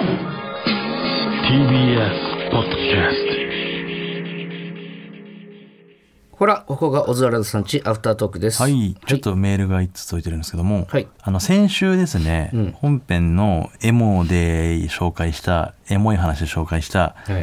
TBS ポッドキャスト。 ほら、ここがオズワルドさんちアフタートークです。 はい、ちょっとメールが1つ届いてるんですけども、 はい、 先週ですね、本編のエモで紹介したエモい話で紹介した、 はい、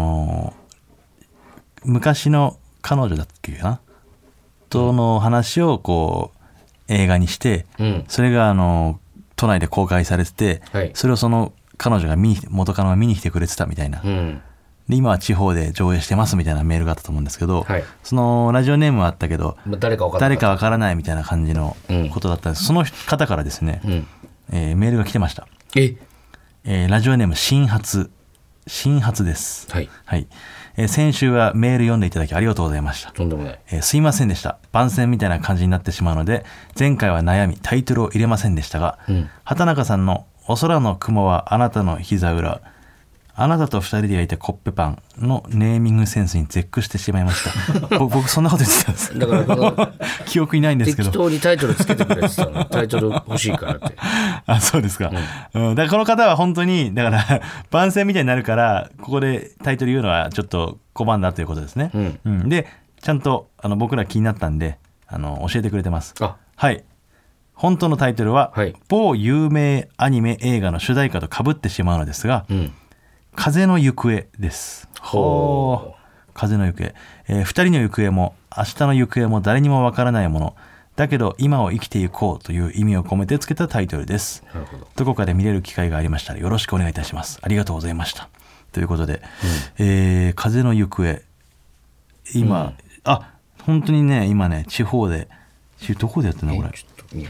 昔の彼女だっけかなとの話をこう映画にして、それが都内で公開されてて、 はい、 それをその彼女が元カノが見に来てくれてたみたいな、で今は地方で上映してますみたいなメールがあったと思うんですけど、 はい、 そのラジオネームはあったけど誰かわからないみたいな感じのことだったんです、その方からですね、メールが来てました。ラジオネーム新発です。 はい、 はい。先週はメール読んでいただきありがとうございました。 とんでもない。 すいませんでした。番宣みたいな感じになってしまうので、前回は悩みタイトルを入れませんでしたが、畑中さんのお空の雲はあなたの膝裏、あなたと二人で焼いたコッペパンのネーミングセンスに絶句してしまいました僕そんなこと言ってたんですだからこの記憶にないんですけど、 適当にタイトルつけてくれてたの。タイトル欲しいからってあ、そうですか、だからこの方は本当にだから番宣みたいになるからここでタイトル言うのはちょっと拒んだということですね、でちゃんと僕ら気になったんで教えてくれてます。はい、本当のタイトルは、某有名アニメ映画の主題歌と被ってしまうのですが、風の行方です。風の行方、二人の行方も明日の行方も誰にもわからないものだけど今を生きていこうという意味を込めてつけたタイトルです。 なるほど。 どこかで見れる機会がありましたらよろしくお願いいたします。ありがとうございましたということで、風の行方今、本当にね今ね地方でどこでやってんのこれ、 ちょっと見よ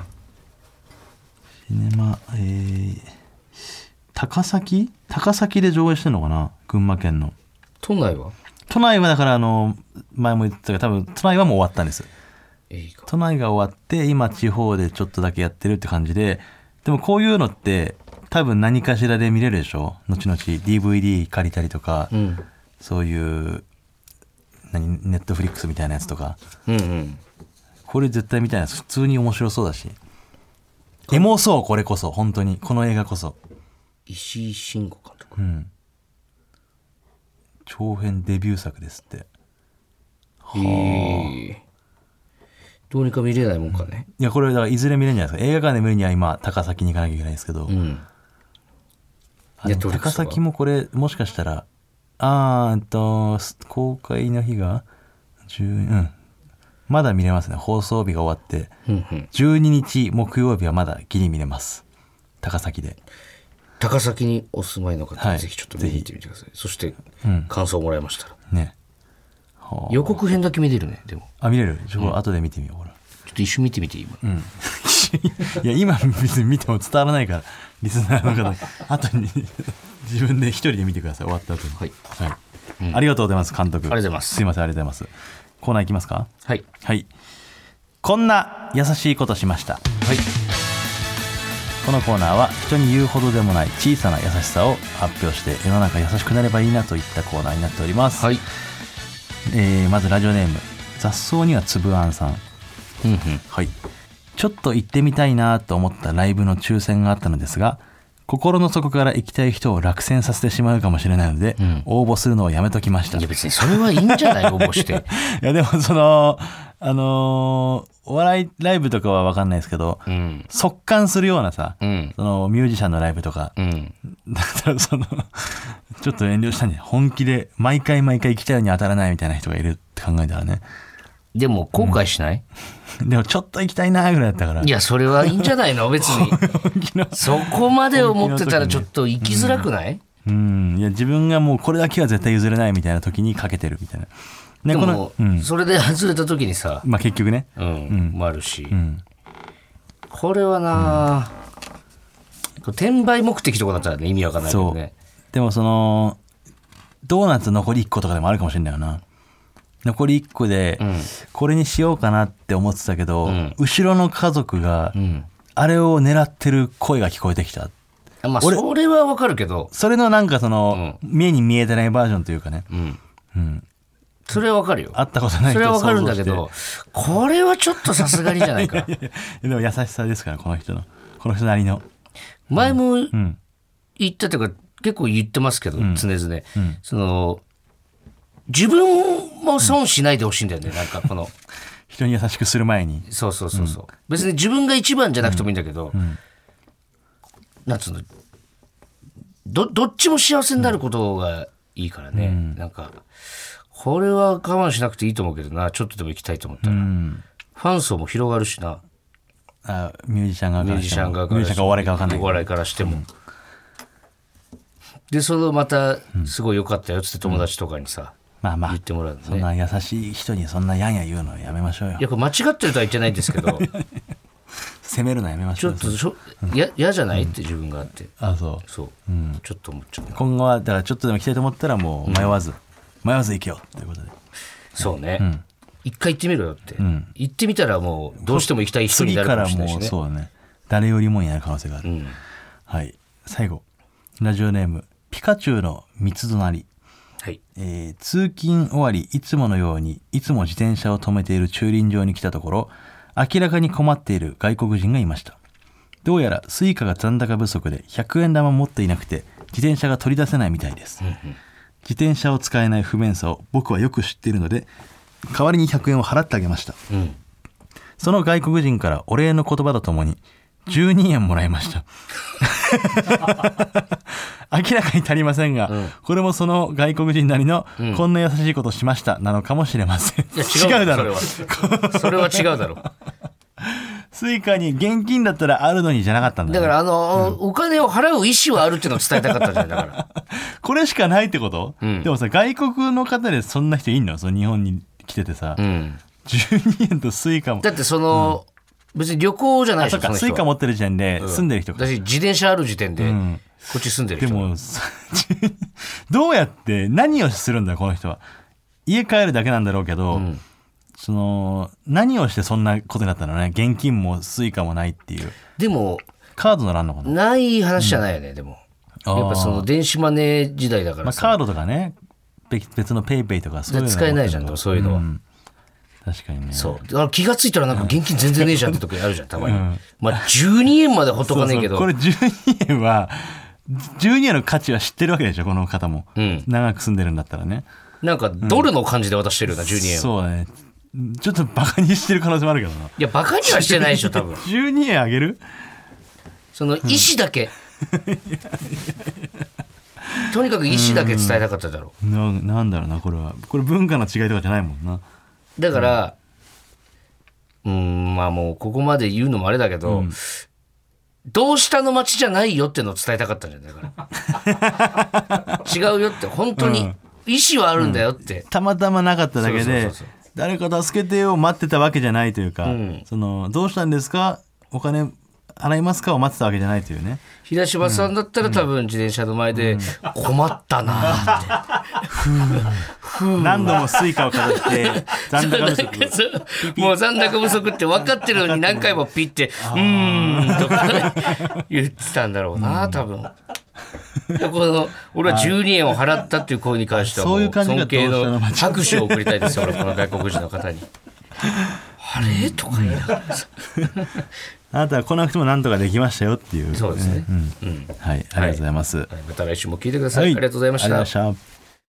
シネマ高崎で上映してるのかな、群馬県の。都内はだから前も言ってたけど多分都内はもう終わったんです。都内が終わって今地方でちょっとだけやってるって感じで、でもこういうのって多分何かしらで見れるでしょ、後々 DVD 借りたりとか、そういうネットフリックスみたいなやつとか、これ絶対見たいな。普通に面白そうだしエモそう。これこそ本当にこの映画こそ石井慎吾監督、 長編デビュー作ですって。 どうにか見れないもんかね。 いやこれだからいずれ見れるんじゃないですか。映画館で見るには今高崎に行かなきゃいけないですけど、高崎もこれもしかしたら公開の日がまだ見れますね。放送日が終わって、12日木曜日はまだギリ見れます。高崎で。 高崎にお住まいの方、ぜひちょっと見に行ってみてください。そして感想をもらいましたら、予告編だけ見れるね。でも見れる。後で見てみよう。ほらちょっと一緒に見てみて今。 いや今別に見ても伝わらないからリスナーの方後に自分で一人で見てください。終わった後に。ありがとうございます監督。 ありがとうございます。 すいません、ありがとうございます。コーナーいきますか。 はい、 こんな優しいことしました。このコーナーは人に言うほどでもない小さな優しさを発表して世の中優しくなればいいなといったコーナーになっております。まずラジオネーム雑草にはつぶあんさん。ちょっと行ってみたいなと思ったライブの抽選があったのですが、心の底から行きたい人を落選させてしまうかもしれないので、応募するのをやめときました。 いや別にそれはいいんじゃない応募していやでもお笑いライブとかは分かんないですけど、速乾するようなさ、そのミュージシャンのライブとか、だからちょっと遠慮したんで、本気で毎回行きたいように当たらないみたいな人がいるって考えたらね。 でも後悔しない？ でもちょっと行きたいなぐらいだったから。 いやそれはいいんじゃないの別にそこまで思ってたらちょっと行きづらくない？いや自分がもうこれだけは絶対譲れないみたいな時にかけてるみたいな。 でもそれで外れた時にさ、 結局ね、 もあるし、これはな、転売目的とかだったらね意味わかんないけどね。 でもドーナツ残り1個とかでもあるかもしれないよな。残り1個でこれにしようかなって思ってたけど、後ろの家族があれを狙ってる声が聞こえてきた。 それはわかるけど、 それの目に見えてないバージョンというかね、 それはわかるよ。 会ったことない人それはわかるんだけど、これはちょっとさすがにじゃないか。 でも優しさですからこの人なりの。 前も言ったというか結構言ってますけど、常々、その自分も損しないでほしいんだよね、なんかこの人に優しくする前に。 そう、別に自分が一番じゃなくてもいいんだけど、なんつうの、どっちも幸せになることがいいからね、なんかこれは我慢しなくていいと思うけどな、ちょっとでも行きたいと思ったら、ファン層も広がるしな。 ミュージシャン側からしても、ミュージシャンかお笑いか分かんないけど、 お笑いからしても、でそのまたすごい良かったよっつって友達とかにさ、言ってもらうのね。 そんな優しい人にそんなやんや言うのやめましょうよ。 いやこれ間違ってるとは言ってないんですけど責めるのやめましょう。 ちょっと嫌じゃないって自分があって、そう、ちょっと思っちゃう。 今後はだからちょっとでも行きたいと思ったらもう迷わず行けよということで。 そうね、一回行ってみろよって、行ってみたらもうどうしても行きたい人になるかもしれないしね。 次からもうそうね、誰よりもになる可能性がある。はい、最後ラジオネームピカチュウの三つ隣。 はい。 通勤終わりいつものようにいつも自転車を止めている駐輪場に来たところ、明らかに困っている外国人がいました。どうやらスイカが残高不足で100円玉持っていなくて自転車が取り出せないみたいです。自転車を使えない不便さを僕はよく知っているので代わりに100円を払ってあげました。その外国人からお礼の言葉とともに12円もらいました明らかに足りませんが、これもその外国人なりのこんな優しいことしましたなのかもしれません。 違うだろうそれは違うだろうスイカに現金だったらあるのにじゃなかったんだ、ね、 だからお金を払う意思はあるっていうのを伝えたかったじゃないだからこれしかないってこと、でもさ外国の方でそんな人いんの？その日本に来ててさ、12円とスイカもだってその、別に旅行じゃないでしょ。 スイカ持ってる時点で住んでる人か、 私自転車ある時点でこっち住んでる人、 でもどうやって何をするんだよこの人は。家帰るだけなんだろうけど、その何をしてそんなことになったのね。現金もスイカもないっていう。でもカードならんのかな。 ない話じゃないよね、でもやっぱその電子マネー時代だからさ、 カードとかね、別のペイペイとかそういうの使えないじゃん。でもそういうのは、 確かにね。 そうだから気がついたらなんか現金全然ねえじゃんって時あるじゃんたまに、まあ12円までほっとかねえけど、 これ12円は12円の価値は知ってるわけでしょこの方も、長く住んでるんだったらね。 なんかドルの感じで渡してるような12円を、 そうね、ちょっとバカにしてる可能性もあるけどな。いやバカにはしてないでしょ多分 12円あげる、 その意思だけ、とにかく意思だけ伝えたかっただろう。 なんだろうな、これ文化の違いとかじゃないもんな。 だから、まあもうここまで言うのもあれだけど、どうしたの街じゃないよってのを伝えたかったんじゃないから違うよって、本当に意思はあるんだよって、 たまたまなかっただけで誰か助けてよ待ってたわけじゃないというか、そのどうしたんですかお金払いますかを待ってたわけじゃないというね。 平柴さんだったら多分自転車の前で困ったなって何度もスイカをかざして残高不足もう残高不足って分かってるのに何回もピッてとか言ってたんだろうな多分。この俺は12円を払ったっていう声に関してはもう尊敬の拍手を送りたいですよ俺この外国人の方に。あれとか言いながらさあなたは来なくてもなんとかできましたよっていう。 そうですね、 はい、ありがとうございます、 また来週も聞いてください、ありがとうございました。